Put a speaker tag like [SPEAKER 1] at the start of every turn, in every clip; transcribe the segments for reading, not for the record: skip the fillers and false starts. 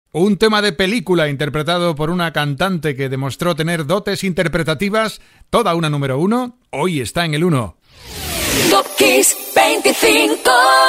[SPEAKER 1] Un tema de película interpretado por una cantante que demostró tener dotes interpretativas, toda una número 1, hoy está en el 1.
[SPEAKER 2] Top Kiss 25.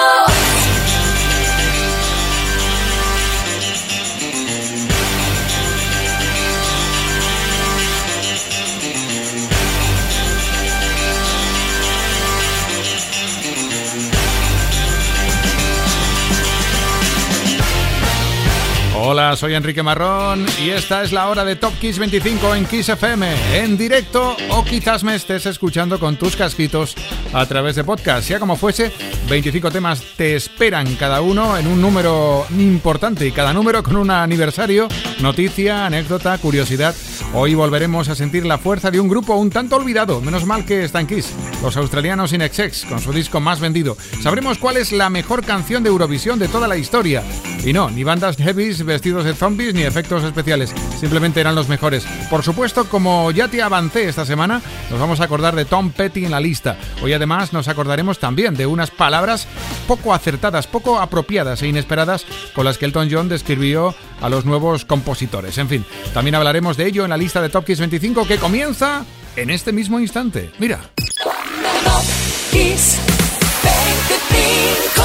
[SPEAKER 1] Hola, soy Enrique Marrón y esta es la hora de Top Kiss 25 en Kiss FM, en directo, o quizás me estés escuchando con tus casquitos a través de podcast. Sea como fuese, 25 temas te esperan, cada uno en un número importante y cada número con un aniversario, noticia, anécdota, curiosidad. Hoy volveremos a sentir la fuerza de un grupo un tanto olvidado, menos mal que está en Kiss, los australianos INXS, con su disco más vendido. Sabremos cuál es la mejor canción de Eurovisión de toda la historia. Y no, ni bandas heavies vestidos de zombies ni efectos especiales, simplemente eran los mejores. Por supuesto, como ya te avancé esta semana, nos vamos a acordar de Tom Petty en la lista. Hoy además nos acordaremos también de unas palabras poco acertadas, poco apropiadas e inesperadas con las que Elton John describió a los nuevos compositores. En fin, también hablaremos de ello en la lista de Top Kiss 25 que comienza en este mismo instante. Mira.
[SPEAKER 2] Top Kiss 25.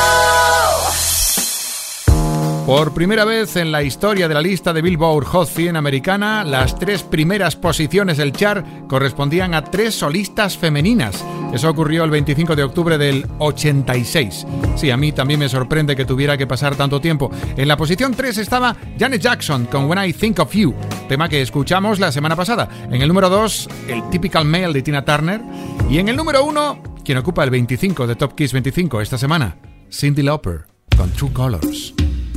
[SPEAKER 1] Por primera vez en la historia de la lista de Billboard Hot 100 americana, las 3 primeras posiciones del chart correspondían a 3 solistas femeninas. Eso ocurrió el 25 de octubre del 86. Sí, a mí también me sorprende que tuviera que pasar tanto tiempo. En la posición 3 estaba Janet Jackson con When I Think of You, tema que escuchamos la semana pasada. En el número 2, el Typical Male de Tina Turner. Y en el número 1, quien ocupa el 25 de Top Kiss 25 esta semana, Cyndi Lauper con True Colors.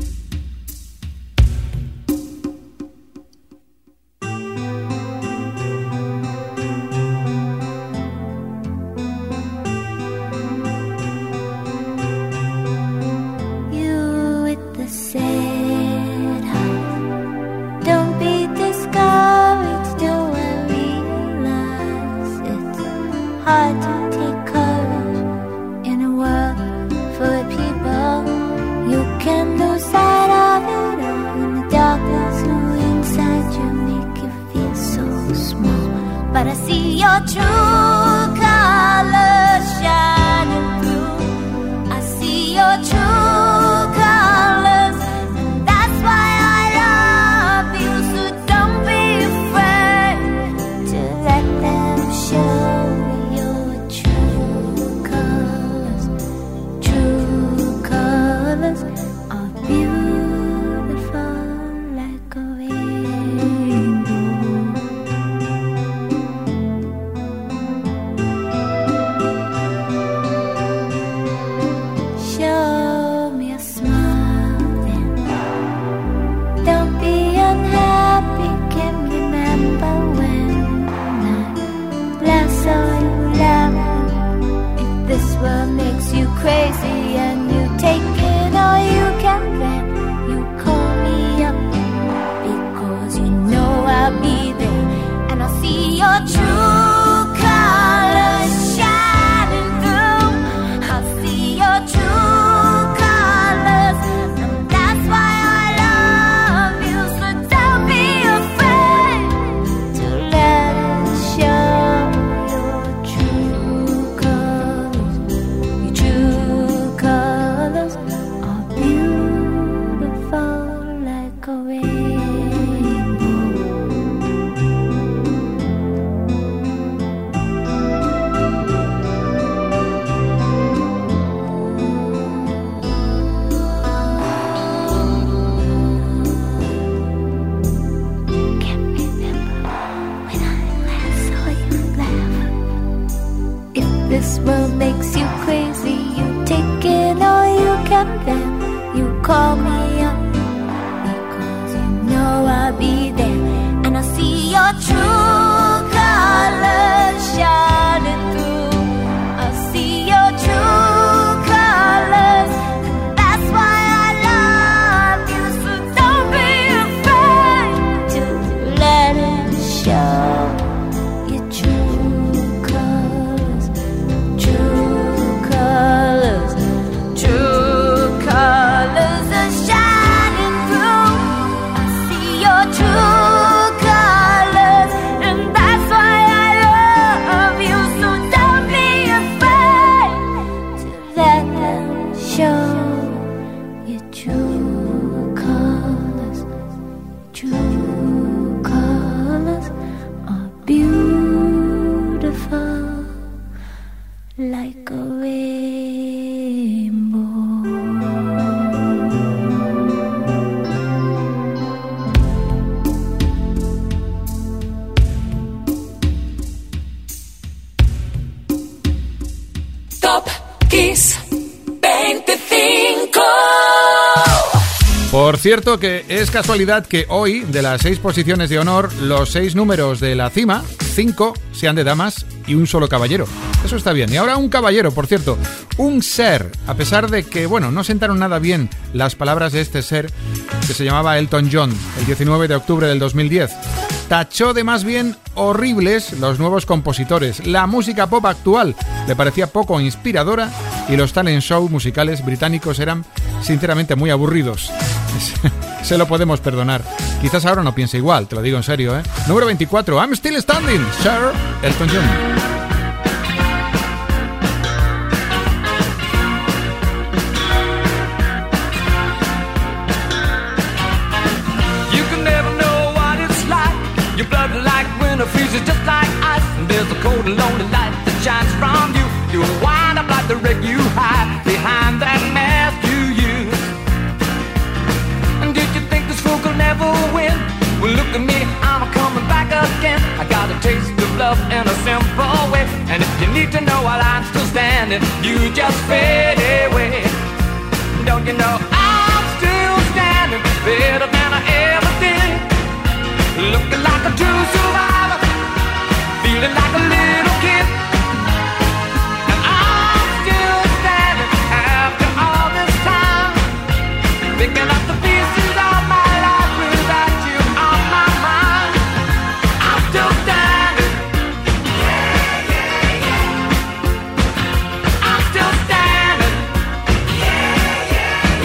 [SPEAKER 3] But I see your true colors shining through. I see your true colors, and that's why I love you. So don't be afraid to let them show your true colors. True colors are beautiful like a rainbow. What makes you crazy and you take it all you can, then you call me up because you know I'll be there and I'll see your true colors shining through. I'll see your true colors, and that's why I love you. So don't be afraid to let it show. This world makes you crazy, you take it all you can, then you call me up because you know I'll be there and I'll see your true colors shining through. I'll see your true colors, and that's why I love you. So don't be afraid to let it show. True colors are shining through.
[SPEAKER 1] cierto que es casualidad que hoy, de las 6 posiciones de honor, los 6 números de la cima, 5 sean de damas y un solo caballero. Eso está bien. Y ahora un caballero, por cierto, un ser, a pesar de que, bueno, no sentaron nada bien las palabras de este ser, que se llamaba Elton John, el 19 de octubre del 2010. Tachó de más bien horribles los nuevos compositores. La música pop actual le parecía poco inspiradora y los talent show musicales británicos eran sinceramente muy aburridos. Se lo podemos perdonar. Quizás ahora no piense igual, te lo digo en serio, ¿eh? Número 24, I'm Still Standing, Sir Elton John.
[SPEAKER 4] Your blood like winter freezes just like ice. And there's a cold and lonely light that shines from you. You wind up like the wreck you hide behind that mask you use. And did you think this fool could never win? Well, look at me, I'm coming back again. I got a taste of love in a simple way. And if you need to know while I'm still standing, you just fade away. Don't you know I'm still standing better than I ever did? Looking like a true survivor, feeling like a little kid. And I'm still standing after all this time, picking up the pieces of my life without you on my mind. I'm still standing. Yeah, yeah, yeah. I'm still standing. Yeah, yeah,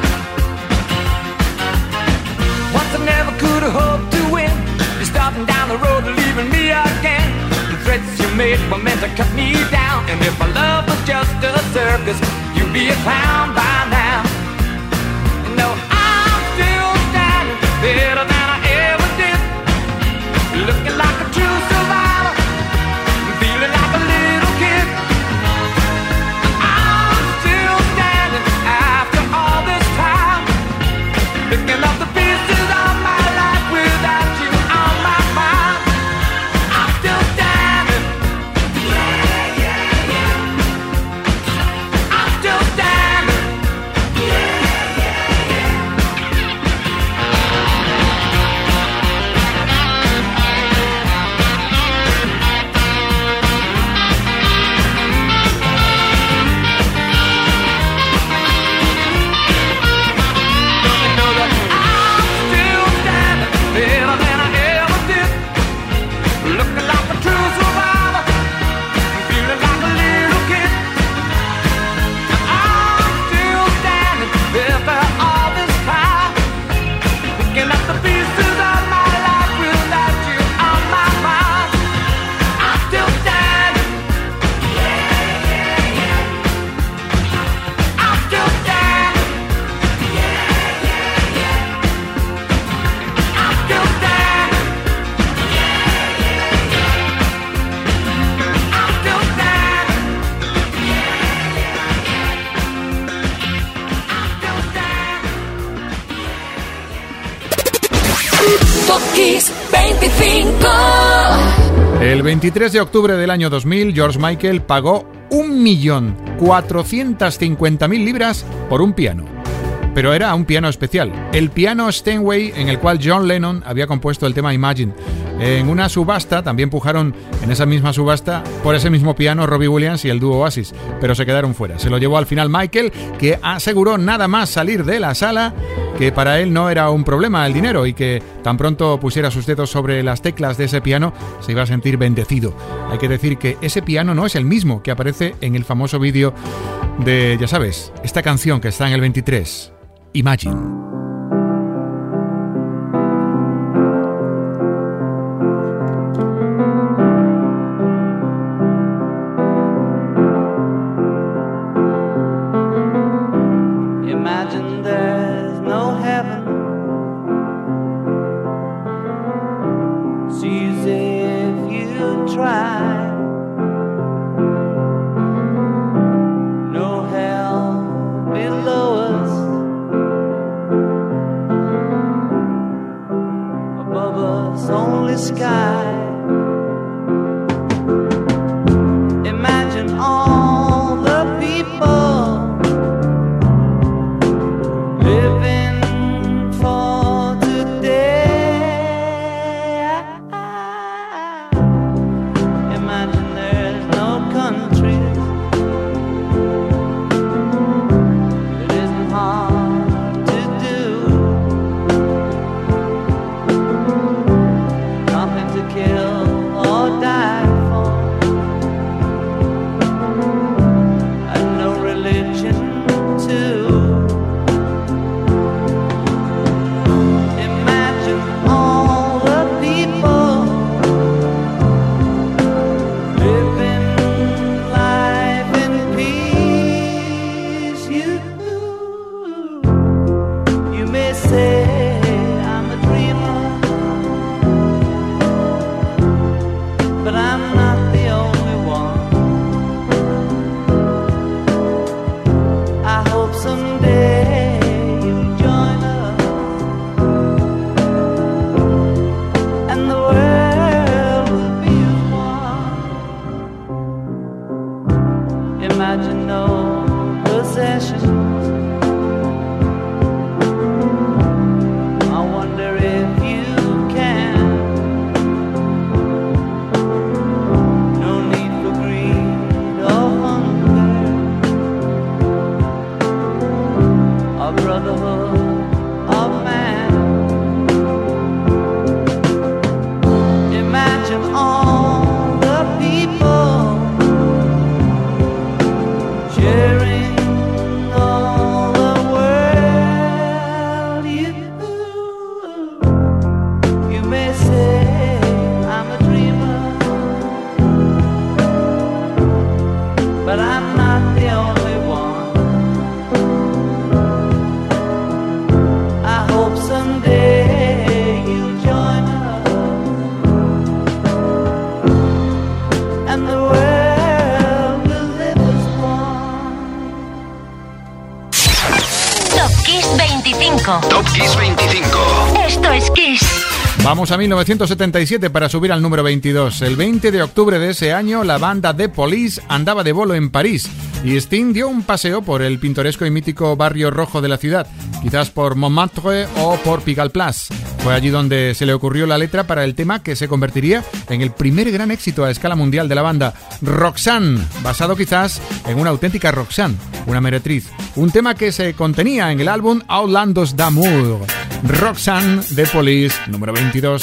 [SPEAKER 4] yeah. Once I never could have hoped to win. You're starting down the road and leaving me again. The threats you made were meant to cut me down. And if my love was just a circus, you'd be a clown by now. No, I'm still standing better than I ever did. Looking like a true survivor, feeling like a little kid. I'm still standing after all this time, picking up the pieces of my life without you.
[SPEAKER 2] Top Kiss 25.
[SPEAKER 1] El 23 de octubre del año 2000, George Michael pagó 1.450.000 libras por un piano. Pero era un piano especial, el piano Steinway, en el cual John Lennon había compuesto el tema Imagine. En una subasta también pujaron en esa misma subasta por ese mismo piano Robbie Williams y el dúo Oasis, pero se quedaron fuera. Se lo llevó al final Michael, que aseguró nada más salir de la sala que para él no era un problema el dinero y que tan pronto pusiera sus dedos sobre las teclas de ese piano se iba a sentir bendecido. Hay que decir que ese piano no es el mismo que aparece en el famoso vídeo de, ya sabes, esta canción que está en el 23, Imagine. Vamos a 1977 para subir al número 22. El 20 de octubre de ese año, la banda The Police andaba de bolo en París y Sting dio un paseo por el pintoresco y mítico barrio rojo de la ciudad, quizás por Montmartre o por Pigalle Place. Fue allí donde se le ocurrió la letra para el tema que se convertiría en el primer gran éxito a escala mundial de la banda, Roxanne, basado quizás en una auténtica Roxanne, una meretriz. Un tema que se contenía en el álbum Outlandos d'Amour. Roxanne, The Police, número 22.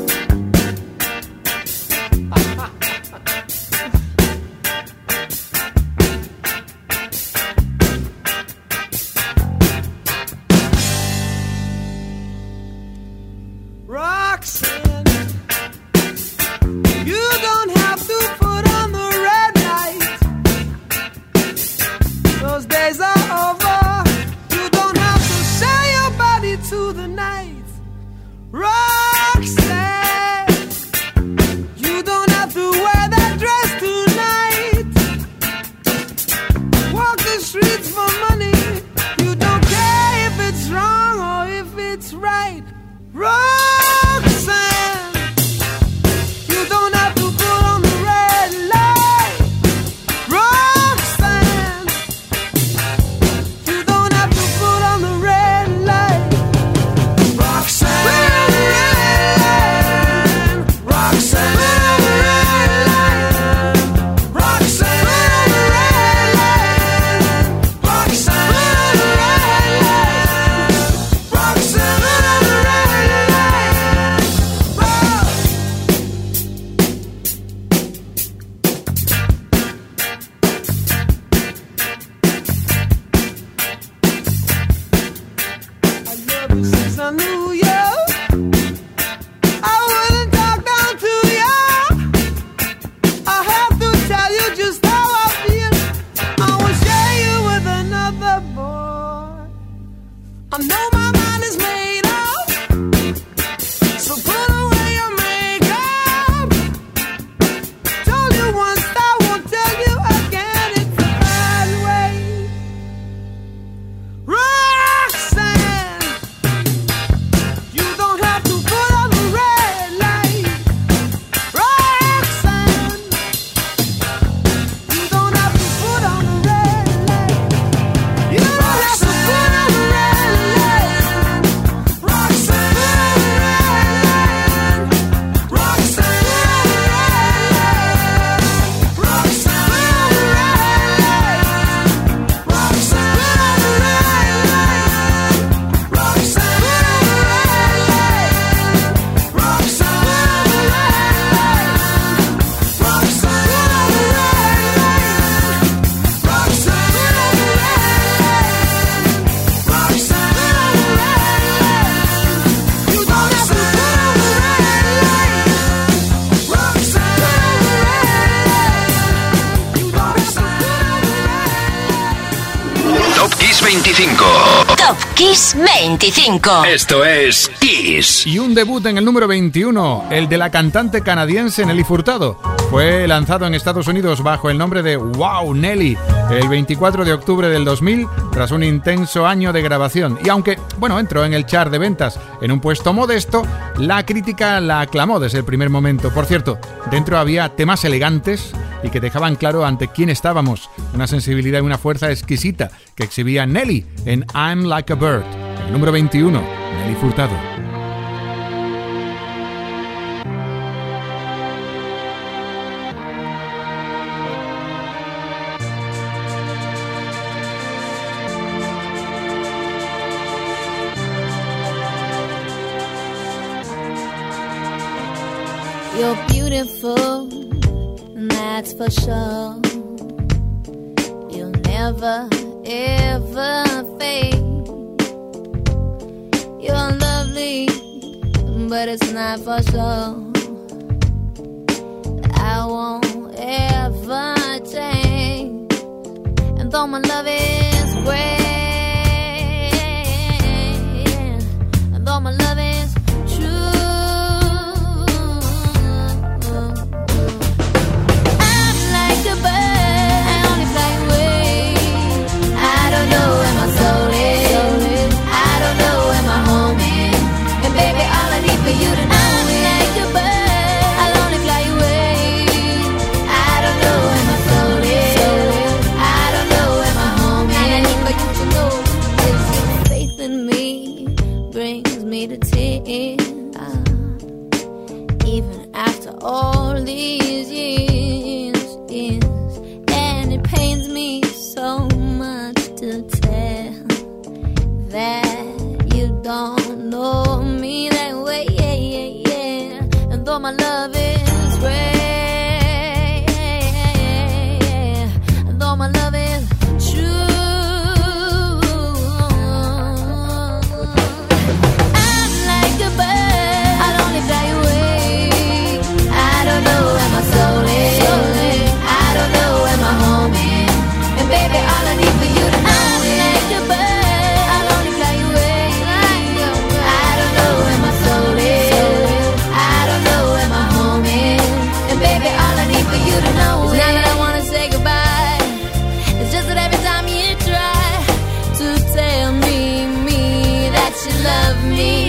[SPEAKER 2] Top Kiss 25.
[SPEAKER 5] Esto es Kiss.
[SPEAKER 1] Y un debut en el número 21, el de la cantante canadiense Nelly Furtado. Fue lanzado en Estados Unidos bajo el nombre de Wow Nelly el 24 de octubre del 2000 tras un intenso año de grabación. Y aunque, entró en el chart de ventas en un puesto modesto, la crítica la aclamó desde el primer momento. Por cierto, dentro había temas elegantes y que dejaban claro ante quién estábamos, una sensibilidad y una fuerza exquisita que exhibía Nelly en I'm Like a Bird. El número 21, Nelly Furtado.
[SPEAKER 3] You're beautiful, that's for sure. You'll never, ever fade. You're lovely, but it's not for sure. I won't ever change. And though my love is great, and though my love is for you tonight. me to tears, even after all these years, and it pains me so much to tell that you don't know me that way, and though my love is rare, and though my love is true, baby, all I need for you to know is like a bird, I'll only fly away. I don't know where my soul is, I don't know where my home is. And baby, all I need for you to know is not that I wanna say goodbye, it's just that every time you try to tell me that you love me,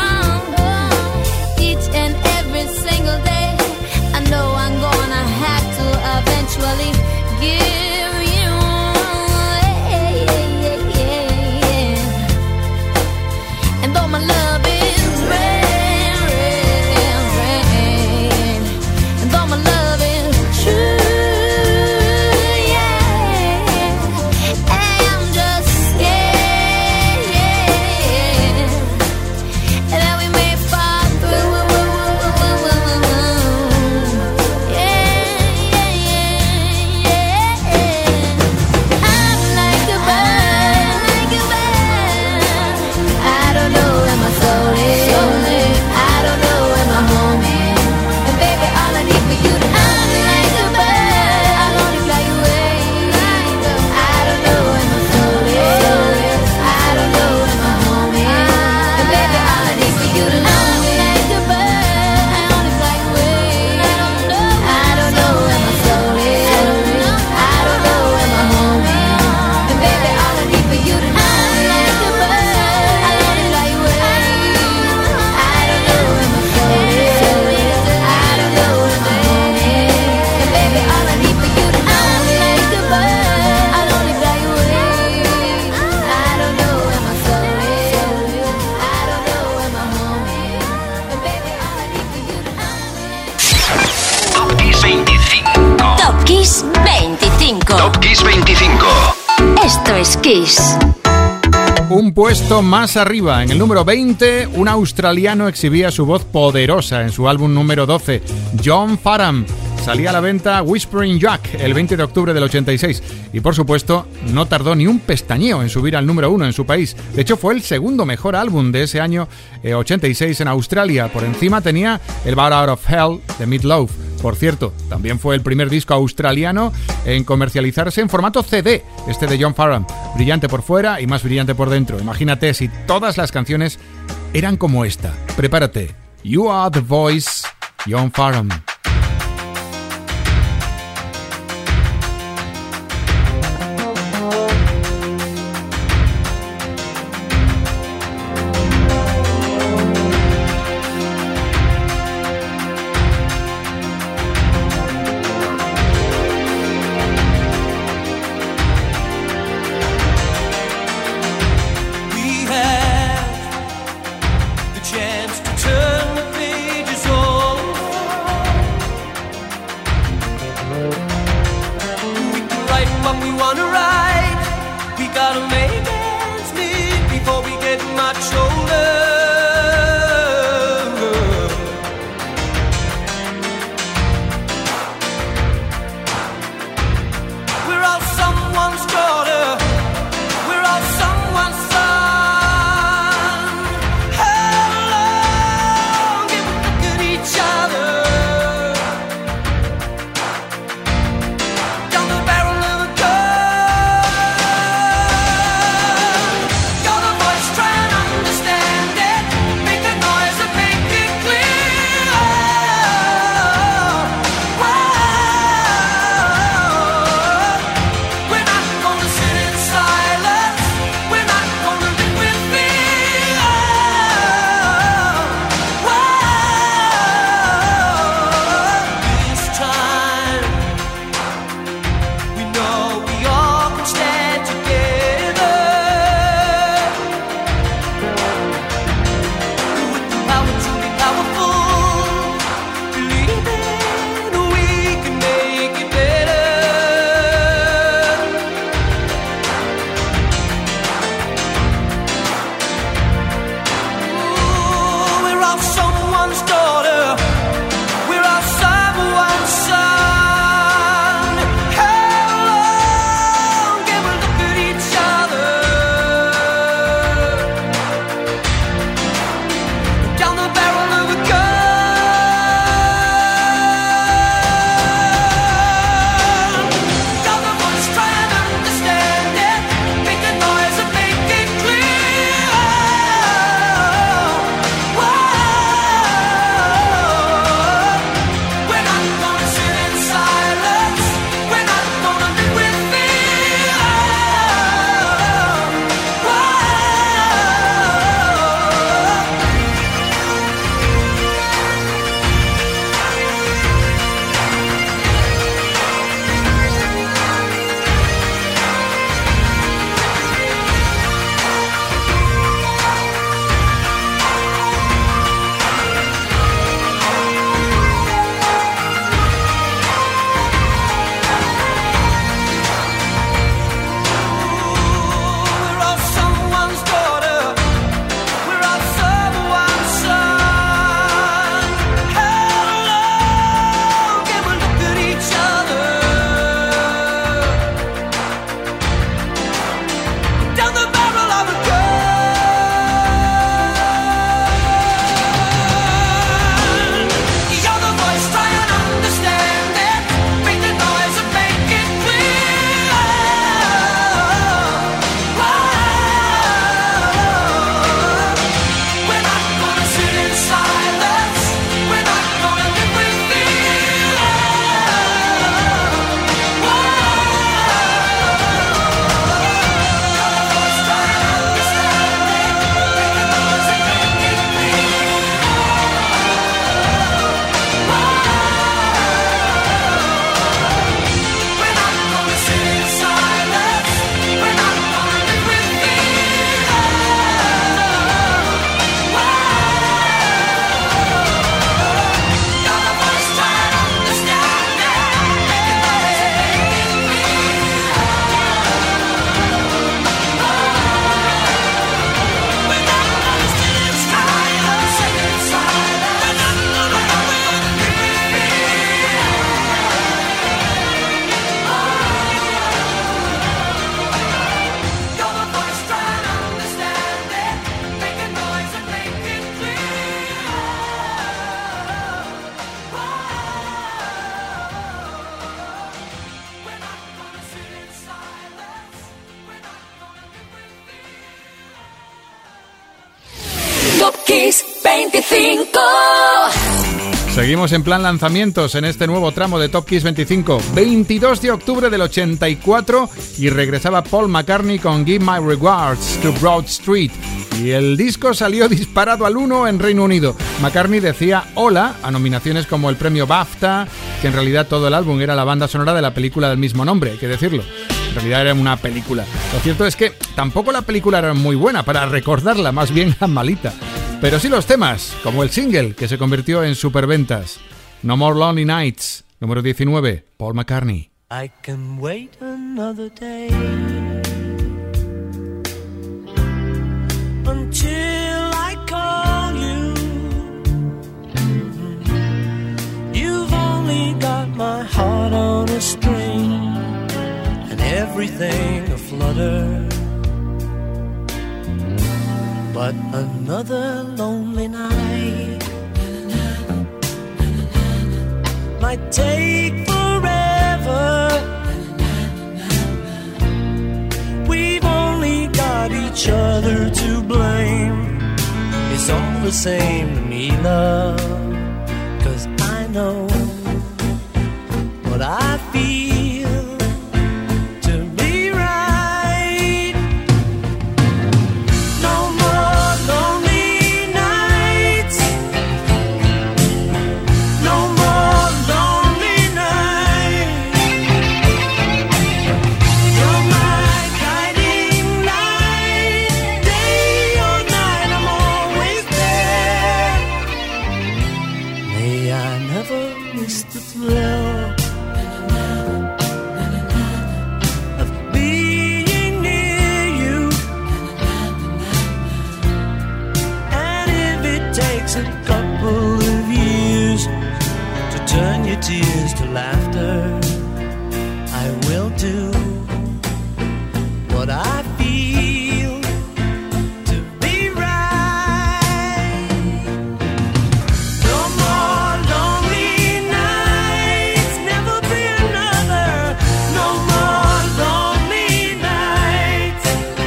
[SPEAKER 3] each and every single day, I know I'm gonna have to eventually give.
[SPEAKER 5] Top Kiss 25.
[SPEAKER 2] Esto es Kiss.
[SPEAKER 1] Un puesto más arriba, en el número 20, un australiano exhibía su voz poderosa en su álbum número 12, John Farnham. Salía a la venta Whispering Jack el 20 de octubre del 86 y, por supuesto, no tardó ni un pestañeo en subir al número 1 en su país. De hecho, fue el segundo mejor álbum de ese año 86 en Australia. Por encima tenía el Bar Out of Hell de Meat Loaf. Por cierto, también fue el primer disco australiano en comercializarse en formato CD, este de John Farnham. Brillante por fuera y más brillante por dentro. Imagínate si todas las canciones eran como esta. Prepárate. You Are the Voice, John Farnham.
[SPEAKER 6] Chance to turn the pages on
[SPEAKER 2] 25.
[SPEAKER 1] Seguimos en plan lanzamientos en este nuevo tramo de Top Kiss 25. 22 de octubre del 84 y regresaba Paul McCartney con Give My Regards to Broad Street. Y el disco salió disparado al 1 en Reino Unido. McCartney decía hola a nominaciones como el premio BAFTA, que en realidad todo el álbum era la banda sonora de la película del mismo nombre, hay que decirlo. En realidad era una película. Lo cierto es que tampoco la película era muy buena para recordarla, más bien malita. Pero sí los temas, como el single que se convirtió en superventas. No More Lonely Nights, número 19, Paul McCartney.
[SPEAKER 6] I can wait another day until I call you. You've only got my heart on a string and everything aflutter. But another lonely night might take forever. We've only got each other to blame. It's all the same to me, love, 'cause I know what I feel to be right. No more lonely nights. No more lonely nights. You're my guiding light. Day or night, I'm always there. May I never miss the thrill of being near you. And if it takes a couple of years to turn your tears to laughter, I will do what I feel to be right. No more lonely nights, never be another. No more lonely nights.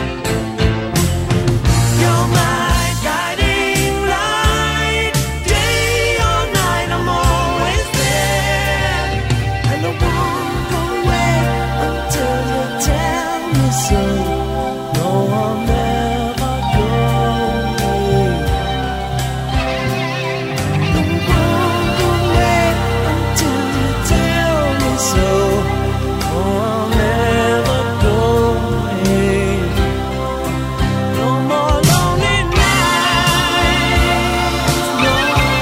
[SPEAKER 6] You're my guiding light. Day or night, I'm always there. And I won't go away until you tell me so. No, I'll never go away. I won't go away until you tell me so. No, I'll never go away. No more lonely nights. No.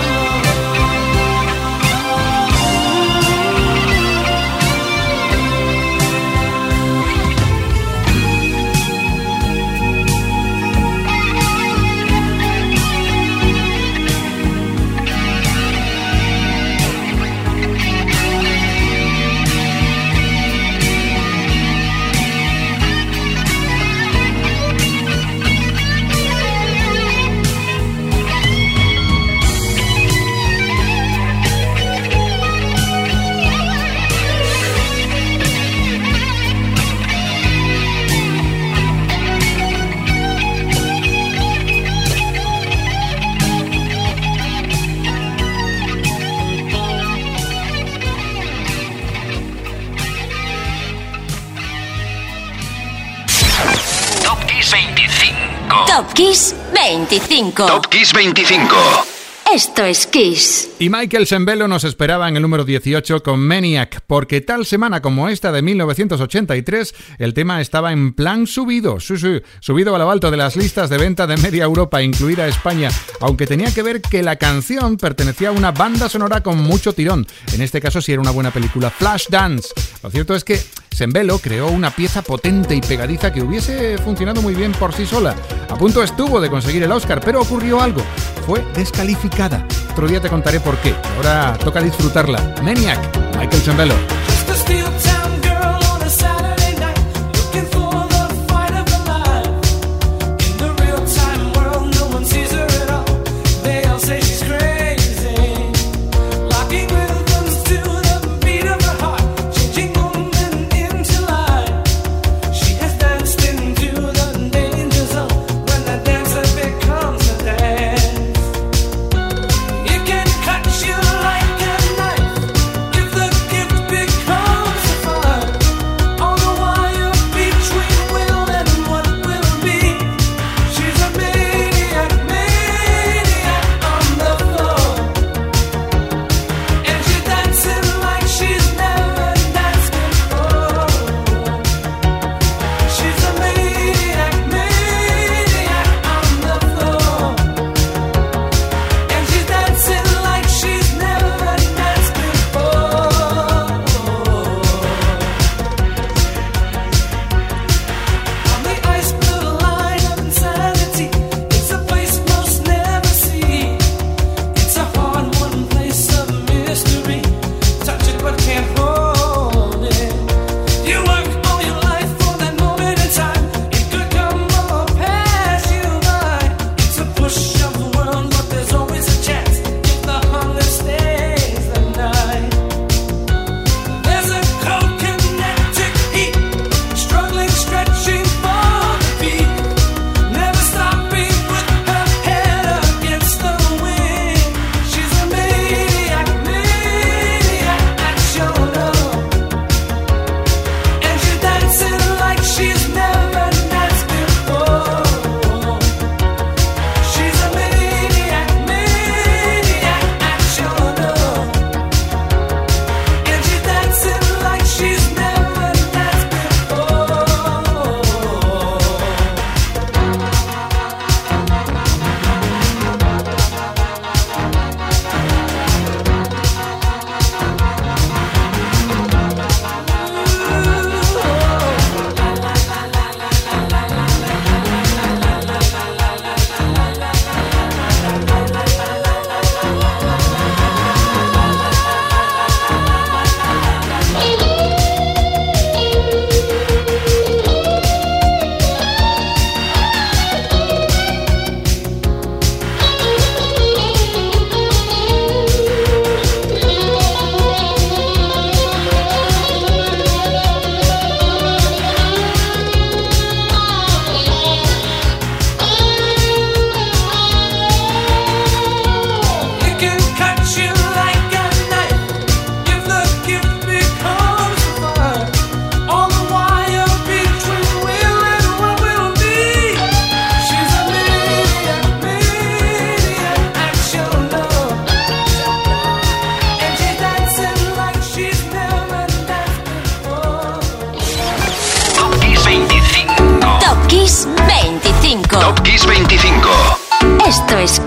[SPEAKER 5] Top Kiss 25.
[SPEAKER 2] Top Kiss 25.
[SPEAKER 5] Top Kiss 25.
[SPEAKER 2] Esto es Kiss.
[SPEAKER 1] Y Michael Sembello nos esperaba en el número 18 con Maniac, porque tal semana como esta de 1983, el tema estaba en plan subido, subido a lo alto de las listas de venta de media Europa, incluida España, aunque tenía que ver que la canción pertenecía a una banda sonora con mucho tirón. En este caso sí era una buena película, Flashdance. Lo cierto es que Sembello creó una pieza potente y pegadiza que hubiese funcionado muy bien por sí sola. A punto estuvo de conseguir el Oscar, pero ocurrió algo. Fue descalificada. Otro día te contaré por qué. Ahora toca disfrutarla. Maniac, Michael Sembello.
[SPEAKER 6] Just a steel town girl on a Saturday night, looking for the fight of her life. In the real time world, no one sees her at all. They all say she's crazy, locking rhythms to the beat of her heart, changing moment into life. She has danced into the danger zone when the dancer becomes a dance.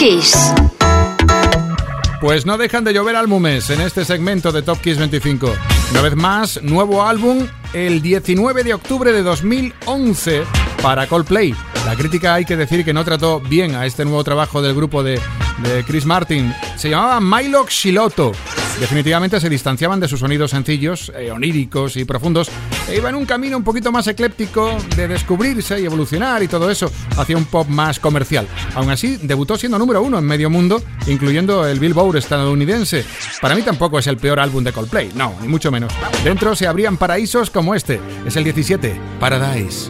[SPEAKER 2] Kiss.
[SPEAKER 1] Pues no dejan de llover álbumes en este segmento de Top Kiss 25. Una vez más, nuevo álbum el 19 de octubre de 2011 para Coldplay. La crítica hay que decir que no trató bien a este nuevo trabajo del grupo de Chris Martin. Se llamaba Milo Xilotto. Definitivamente se distanciaban de sus sonidos sencillos, oníricos y profundos, e iban en un camino un poquito más ecléptico de descubrirse y evolucionar y todo eso hacia un pop más comercial. Aún así, debutó siendo número 1 en medio mundo, incluyendo el Billboard estadounidense. Para mí tampoco es el peor álbum de Coldplay, no, ni mucho menos. Dentro se abrían paraísos como este, es el 17, Paradise.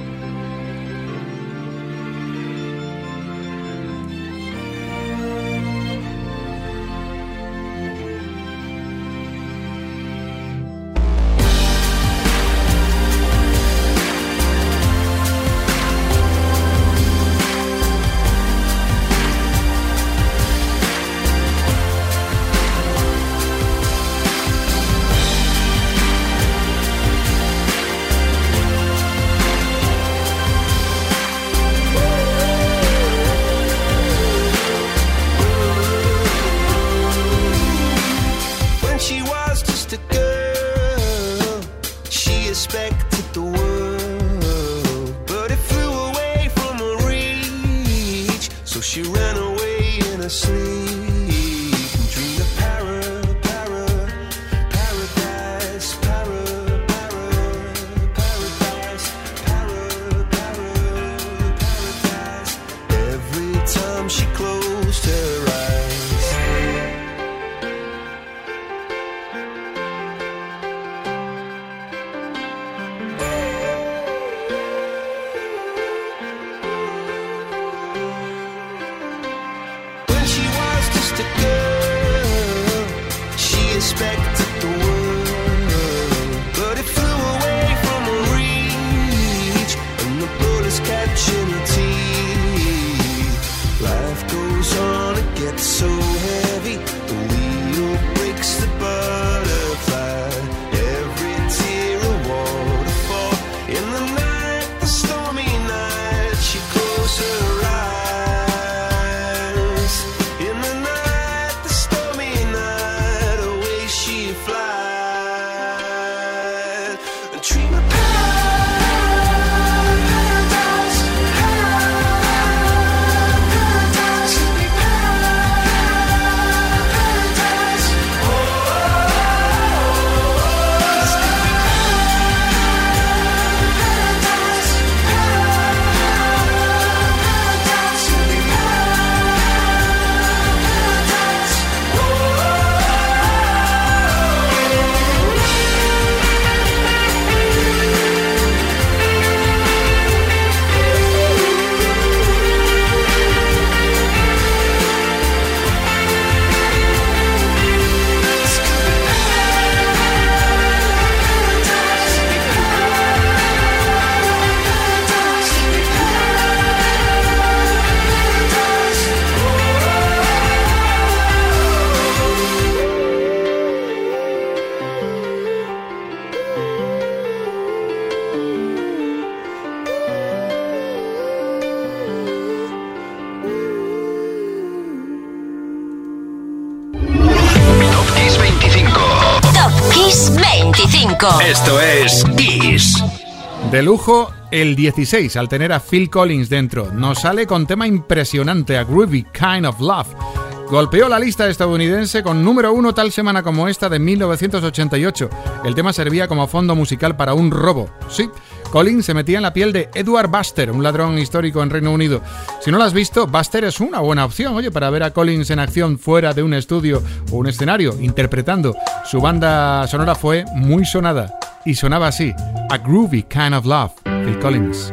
[SPEAKER 5] Esto es Kiss.
[SPEAKER 1] De lujo, el 16, al tener a Phil Collins dentro. Nos sale con tema impresionante, A Groovy Kind of Love. Golpeó la lista estadounidense con número 1 tal semana como esta de 1988. El tema servía como fondo musical para un robo. Sí, Collins se metía en la piel de Edward Buster, un ladrón histórico en Reino Unido. Si no lo has visto, Buster es una buena opción, para ver a Collins en acción fuera de un estudio o un escenario, interpretando. Su banda sonora fue muy sonada y sonaba así, A Groovy Kind of Love, Phil Collins.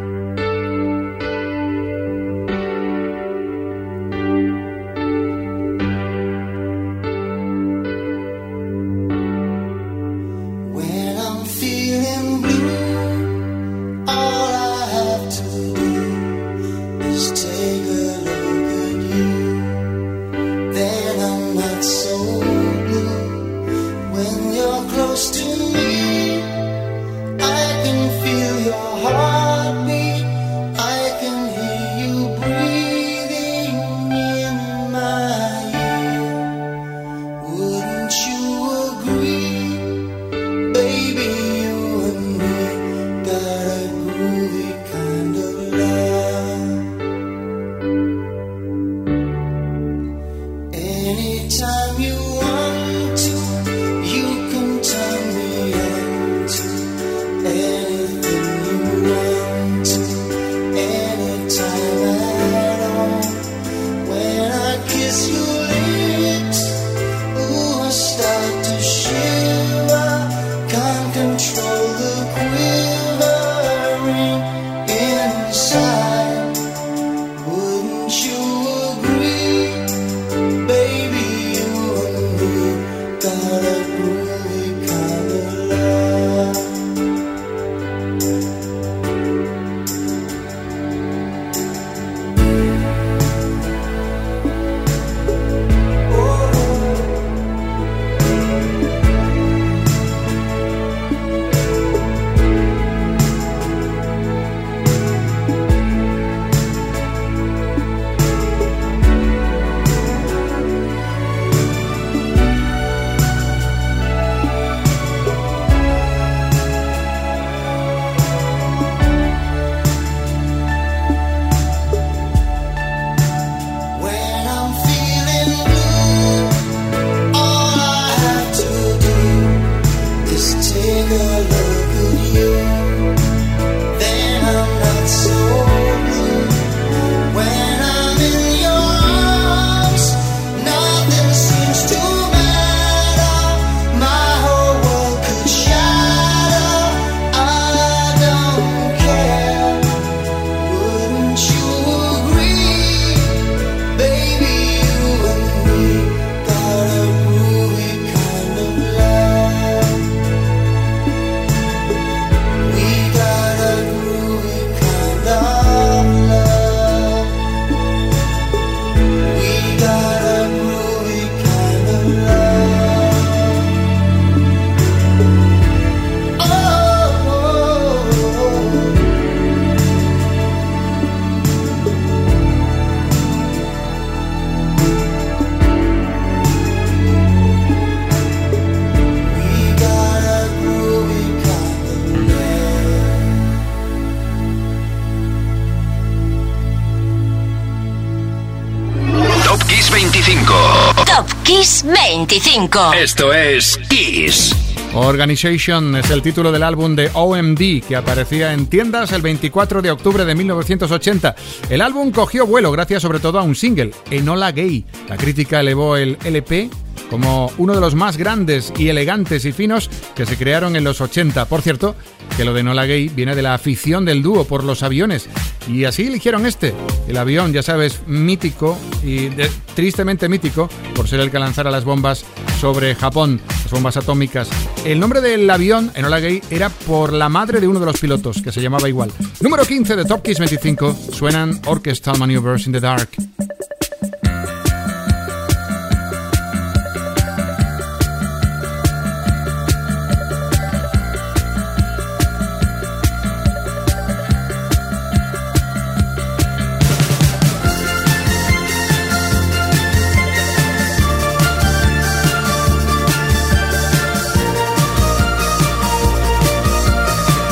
[SPEAKER 7] Close to me, I can feel your heartbeat. Anytime you want to, you can turn me into anything you want to, anytime at all. When I kiss your lips, ooh, I start to shiver, can't control the quivering inside. Wouldn't you agree, baby, you and me got a groovy kind of love. When I'm feeling blue, all I have to do is take a look at you. Then I'm not so blue. When I'm in your arms, nothing seems to matter. My whole world could shatter. I don't care. Wouldn't you agree? Baby, you and me got a groovy kind of love. We got a groovy kind of love. We got a groovy kind of love. Oh, we got a groovy kind of love.
[SPEAKER 5] Top Kiss 25.
[SPEAKER 2] Top Kiss 25.
[SPEAKER 5] Esto es Kiss.
[SPEAKER 1] Organization es el título del álbum de OMD que aparecía en tiendas el 24 de octubre de 1980. El álbum cogió vuelo gracias sobre todo a un single, Enola Gay. La crítica elevó el LP como uno de los más grandes y elegantes y finos que se crearon en los 80. Por cierto, que lo de Enola Gay viene de la afición del dúo por los aviones. Y así eligieron el avión, ya sabes, mítico y tristemente mítico por ser el que lanzara las bombas sobre Japón, las bombas atómicas. El nombre del avión, Enola Gay, era por la madre de uno de los pilotos, que se llamaba igual. Número 15 de Top Kiss 25, suenan Orchestral Maneuvers in the Dark.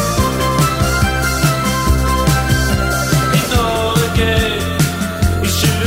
[SPEAKER 6] You should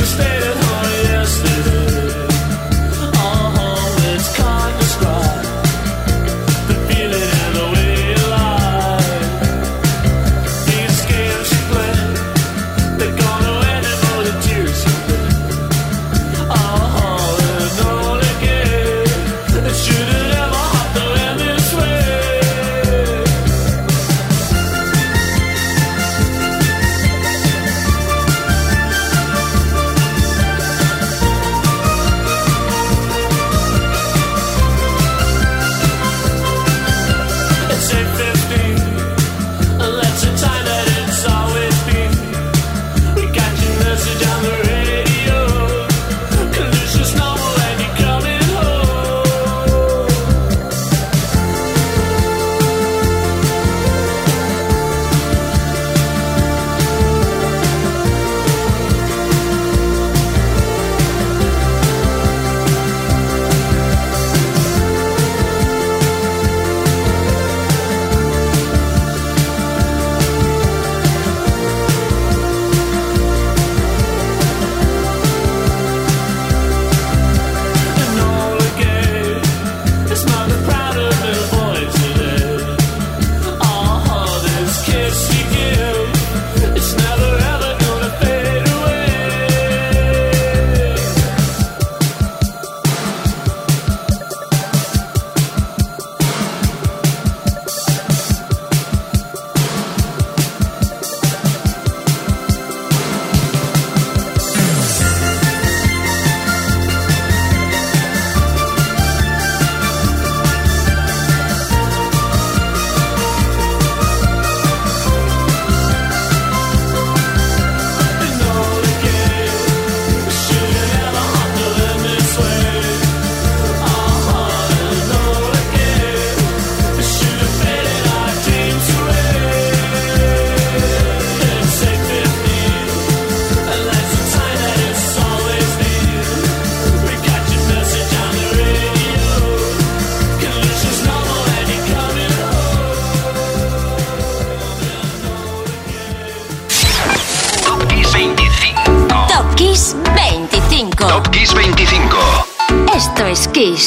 [SPEAKER 2] Esto es Kiss.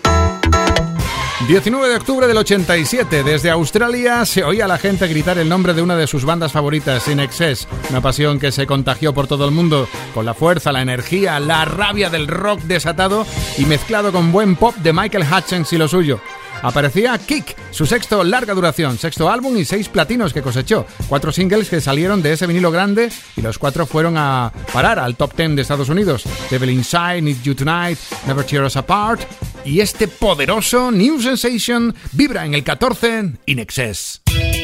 [SPEAKER 1] 19 de octubre del 87, desde Australia se oía a la gente gritar el nombre de una de sus bandas favoritas, INXS, una pasión que se contagió por todo el mundo, con la fuerza, la energía, la rabia del rock desatado y mezclado con buen pop de Michael Hutchence y lo suyo. Aparecía Kick, su sexto larga duración, sexto álbum y 6 platinos que cosechó, 4 singles que salieron de ese vinilo grande y los 4 fueron a parar al top 10 de Estados Unidos. Devil Inside, Need You Tonight, Never Tear Us Apart y este poderoso New Sensation vibra en el 14 INXS.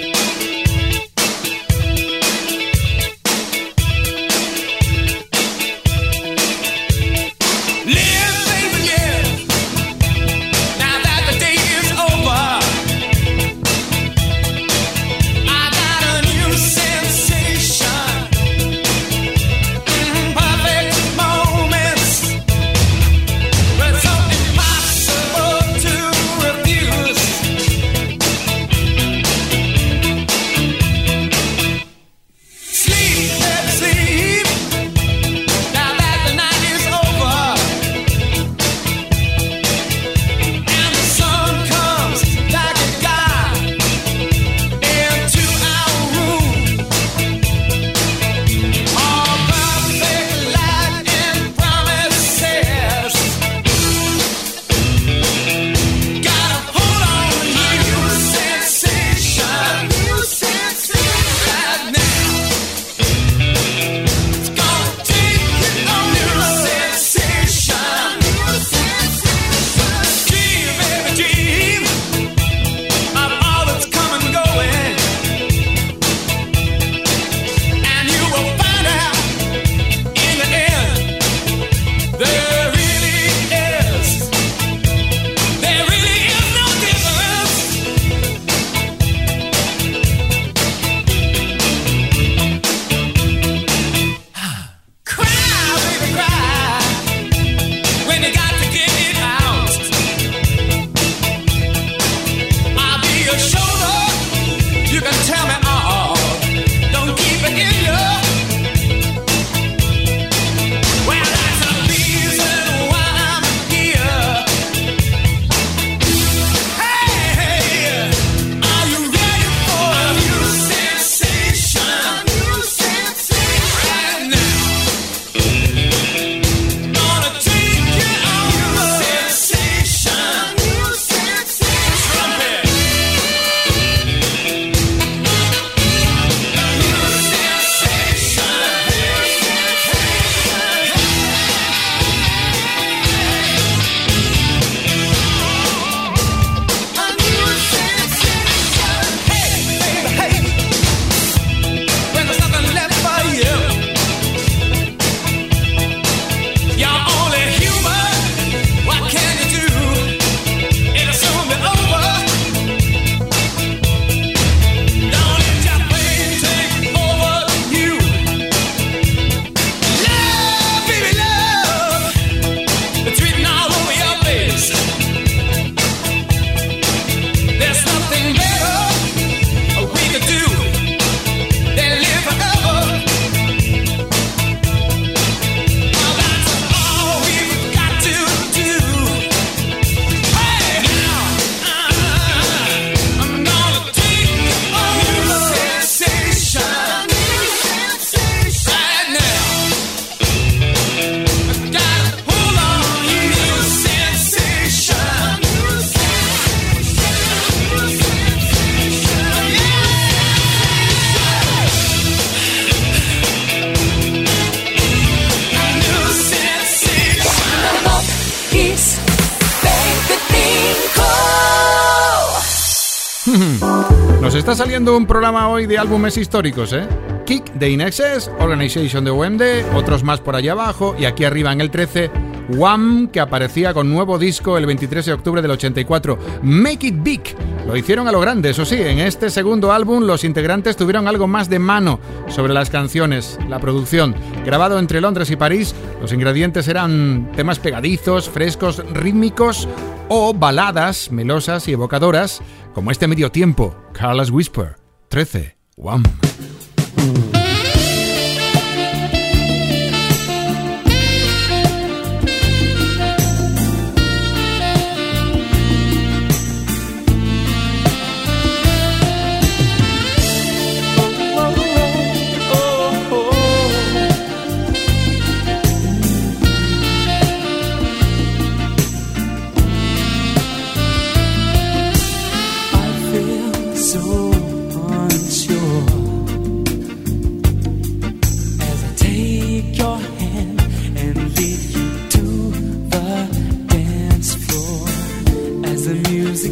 [SPEAKER 1] Nos está saliendo un programa hoy de álbumes históricos, ¿eh? Kick de INXS, Organization de OMD, otros más por allá abajo y aquí arriba en el 13, Wham, que aparecía con nuevo disco el 23 de octubre del 84, Make It Big. Lo hicieron a lo grande, eso sí, en este segundo álbum los integrantes tuvieron algo más de mano sobre las canciones, la producción. Grabado entre Londres y París, los ingredientes eran temas pegadizos, frescos, rítmicos o baladas melosas y evocadoras, como este medio tiempo, Careless Whisper, 13, Wham.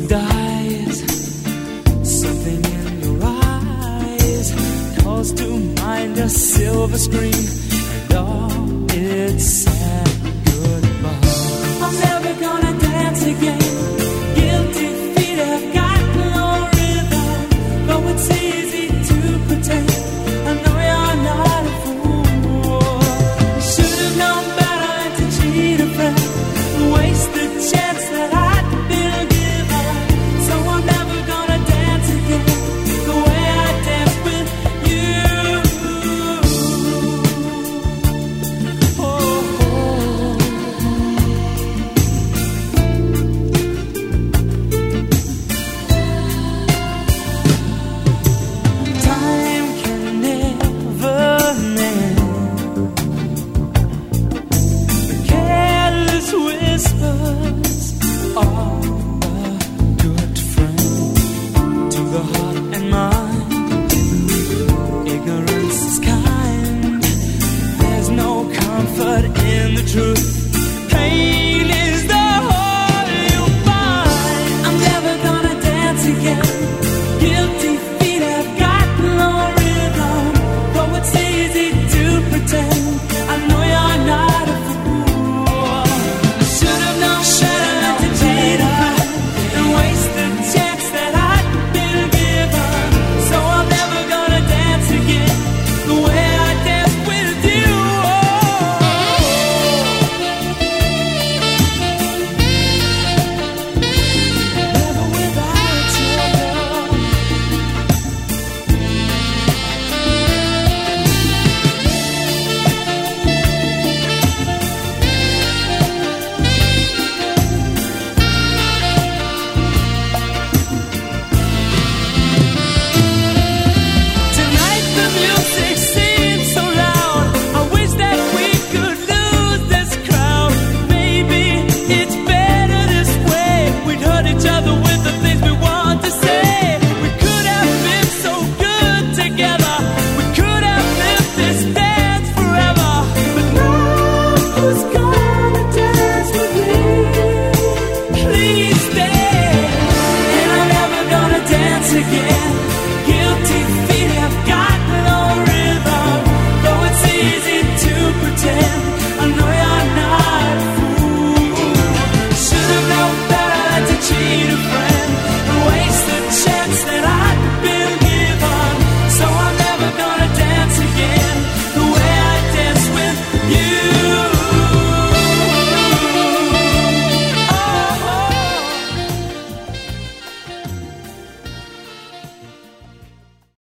[SPEAKER 6] dies. Something in your eyes calls to mind a silver screen and all its sad goodbye. I'm never gonna